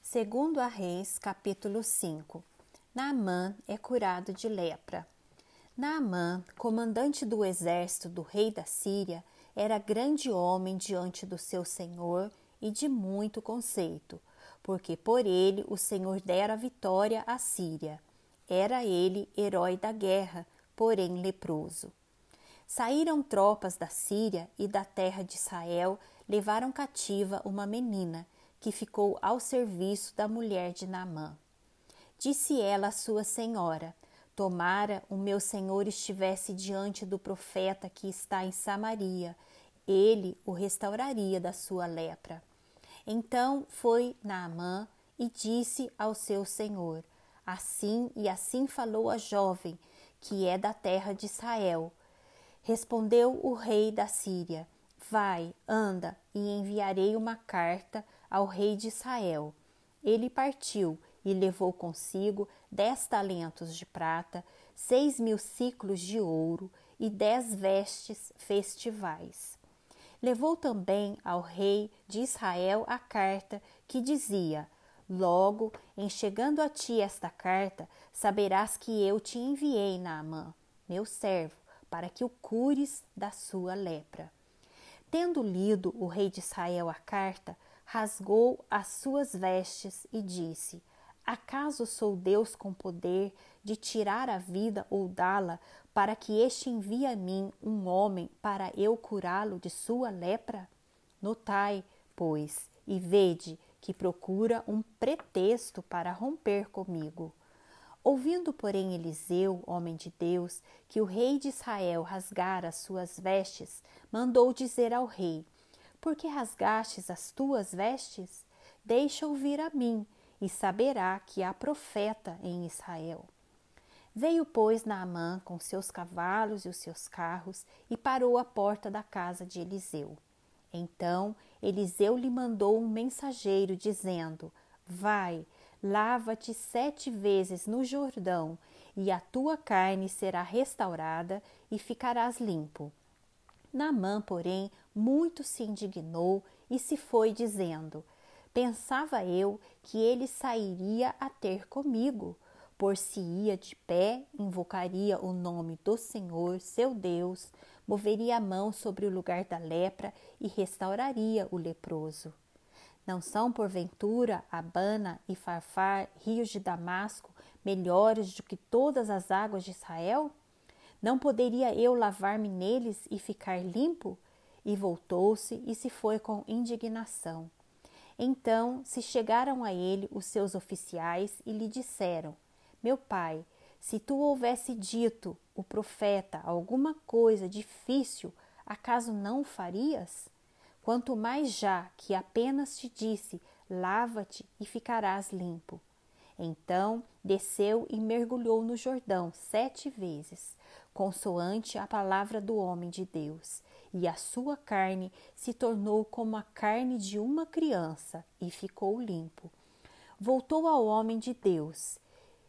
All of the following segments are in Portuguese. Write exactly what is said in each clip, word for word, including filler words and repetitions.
Segundo a Reis, capítulo cinco. Naamã é curado de lepra. Naamã, comandante do exército do rei da Síria, era grande homem diante do seu senhor e de muito conceito, porque por ele o Senhor dera vitória à Síria. Era ele herói da guerra, porém leproso. Saíram tropas da Síria e da terra de Israel, levaram cativa uma menina, que ficou ao serviço da mulher de Naamã. Disse ela à sua senhora: tomara o meu senhor estivesse diante do profeta que está em Samaria, ele o restauraria da sua lepra. Então foi Naamã e disse ao seu senhor: assim e assim falou a jovem, que é da terra de Israel. Respondeu o rei da Síria: vai, anda, e enviarei uma carta ao rei de Israel. Ele partiu e levou consigo dez talentos de prata, seis mil ciclos de ouro e dez vestes festivais. Levou também ao rei de Israel a carta que dizia: logo, em chegando a ti esta carta, saberás que eu te enviei, Naamã, meu servo, para que o cures da sua lepra. Tendo lido o rei de Israel a carta, rasgou as suas vestes e disse: acaso sou Deus com poder de tirar a vida ou dá-la, para que este envie a mim um homem para eu curá-lo de sua lepra? Notai, pois, e vede que procura um pretexto para romper comigo. Ouvindo, porém, Eliseu, homem de Deus, que o rei de Israel rasgara as suas vestes, mandou dizer ao rei: por que rasgastes as tuas vestes? Deixa-o vir a mim, e saberá que há profeta em Israel. Veio, pois, Naamã com seus cavalos e os seus carros e parou à porta da casa de Eliseu. Então Eliseu lhe mandou um mensageiro, dizendo: vai, lava-te sete vezes no Jordão, e a tua carne será restaurada e ficarás limpo. Naamã, porém, muito se indignou e se foi, dizendo: pensava eu que ele sairia a ter comigo, por-se-ia de pé, invocaria o nome do Senhor, seu Deus, moveria a mão sobre o lugar da lepra e restauraria o leproso. Não são, porventura, Abana e Farfar, rios de Damasco, melhores do que todas as águas de Israel? Não poderia eu lavar-me neles e ficar limpo? E voltou-se e se foi com indignação. Então se chegaram a ele os seus oficiais e lhe disseram: meu pai, se tu houvesse dito, o profeta, alguma coisa difícil, acaso não o farias? Quanto mais já que apenas te disse: lava-te e ficarás limpo. Então desceu e mergulhou no Jordão sete vezes, consoante a palavra do homem de Deus, e a sua carne se tornou como a carne de uma criança, e ficou limpo. Voltou ao homem de Deus,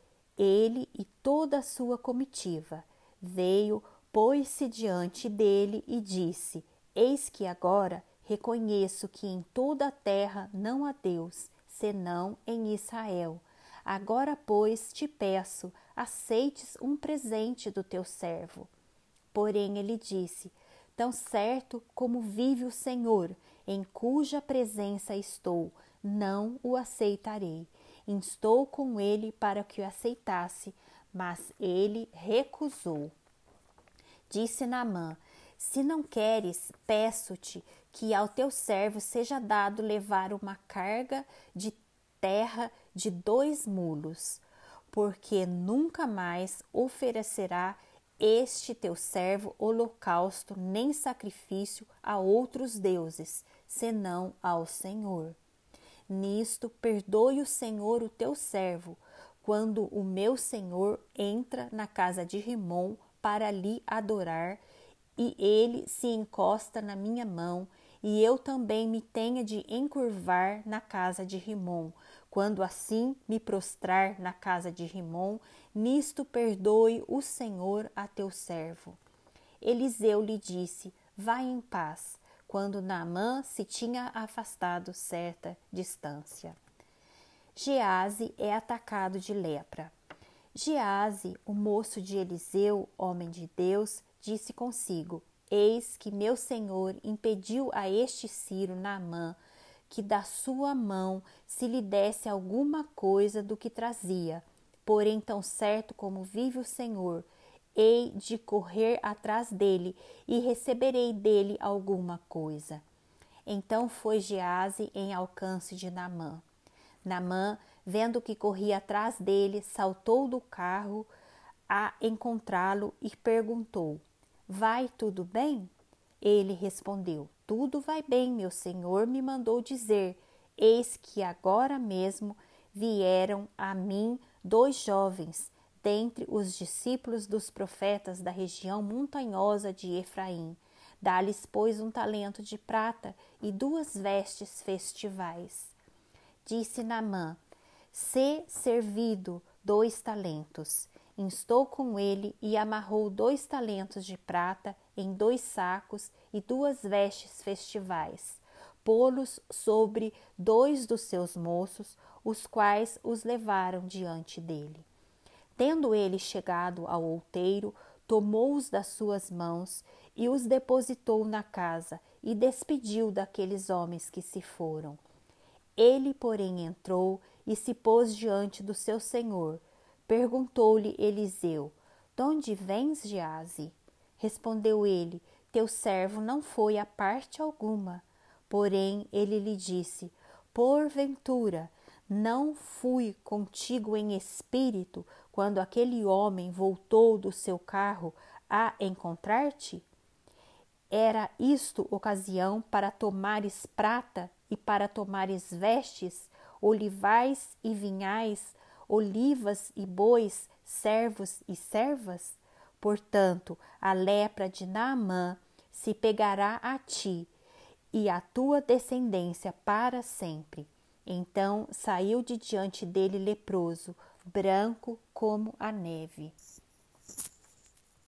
ele e toda a sua comitiva. Veio, pôs-se diante dele e disse: eis que agora reconheço que em toda a terra não há Deus, senão em Israel. Agora, pois, te peço, aceites um presente do teu servo. Porém ele disse: tão certo como vive o Senhor, em cuja presença estou, não o aceitarei. Instou com ele para que o aceitasse, mas ele recusou. Disse Naamã: se não queres, peço-te que ao teu servo seja dado levar uma carga de terra de dois mulos, porque nunca mais oferecerá este teu servo holocausto nem sacrifício a outros deuses, senão ao Senhor. Nisto perdoe o Senhor o teu servo, quando o meu senhor entra na casa de Rimom para lhe adorar, e ele se encosta na minha mão, e eu também me tenha de encurvar na casa de Rimom. Quando assim me prostrar na casa de Rimom, nisto perdoe o Senhor a teu servo. Eliseu lhe disse: vai em paz, quando Naamã se tinha afastado certa distância. Gease é atacado de lepra. Gease, o moço de Eliseu, homem de Deus, disse consigo: Eis que meu senhor impediu a este Ciro Naamã que da sua mão se lhe desse alguma coisa do que trazia. Porém, tão certo como vive o Senhor, hei de correr atrás dele e receberei dele alguma coisa. Então foi Gease em alcance de Naamã. Naamã, vendo que corria atrás dele, saltou do carro a encontrá-lo e perguntou: Vai tudo bem? Ele respondeu: Tudo vai bem, meu senhor me mandou dizer. Eis que agora mesmo vieram a mim dois jovens, dentre os discípulos dos profetas da região montanhosa de Efraim. Dá-lhes, pois, um talento de prata e duas vestes festivais. Disse Naamã: Sê servido dois talentos. Instou com ele e amarrou dois talentos de prata em dois sacos e duas vestes festivais, pô-los sobre dois dos seus moços, os quais os levaram diante dele. Tendo ele chegado ao outeiro, tomou-os das suas mãos e os depositou na casa e despediu daqueles homens que se foram. Ele, porém, entrou e se pôs diante do seu senhor. Perguntou-lhe Eliseu: Donde vens, Gease? Respondeu ele: Teu servo não foi a parte alguma. Porém, ele lhe disse: Porventura, não fui contigo em espírito quando aquele homem voltou do seu carro a encontrar-te? Era isto ocasião para tomares prata e para tomares vestes, olivais e vinhais, olivas e bois, servos e servas? Portanto, a lepra de Naamã se pegará a ti e a tua descendência para sempre. Então saiu de diante dele leproso, branco como a neve.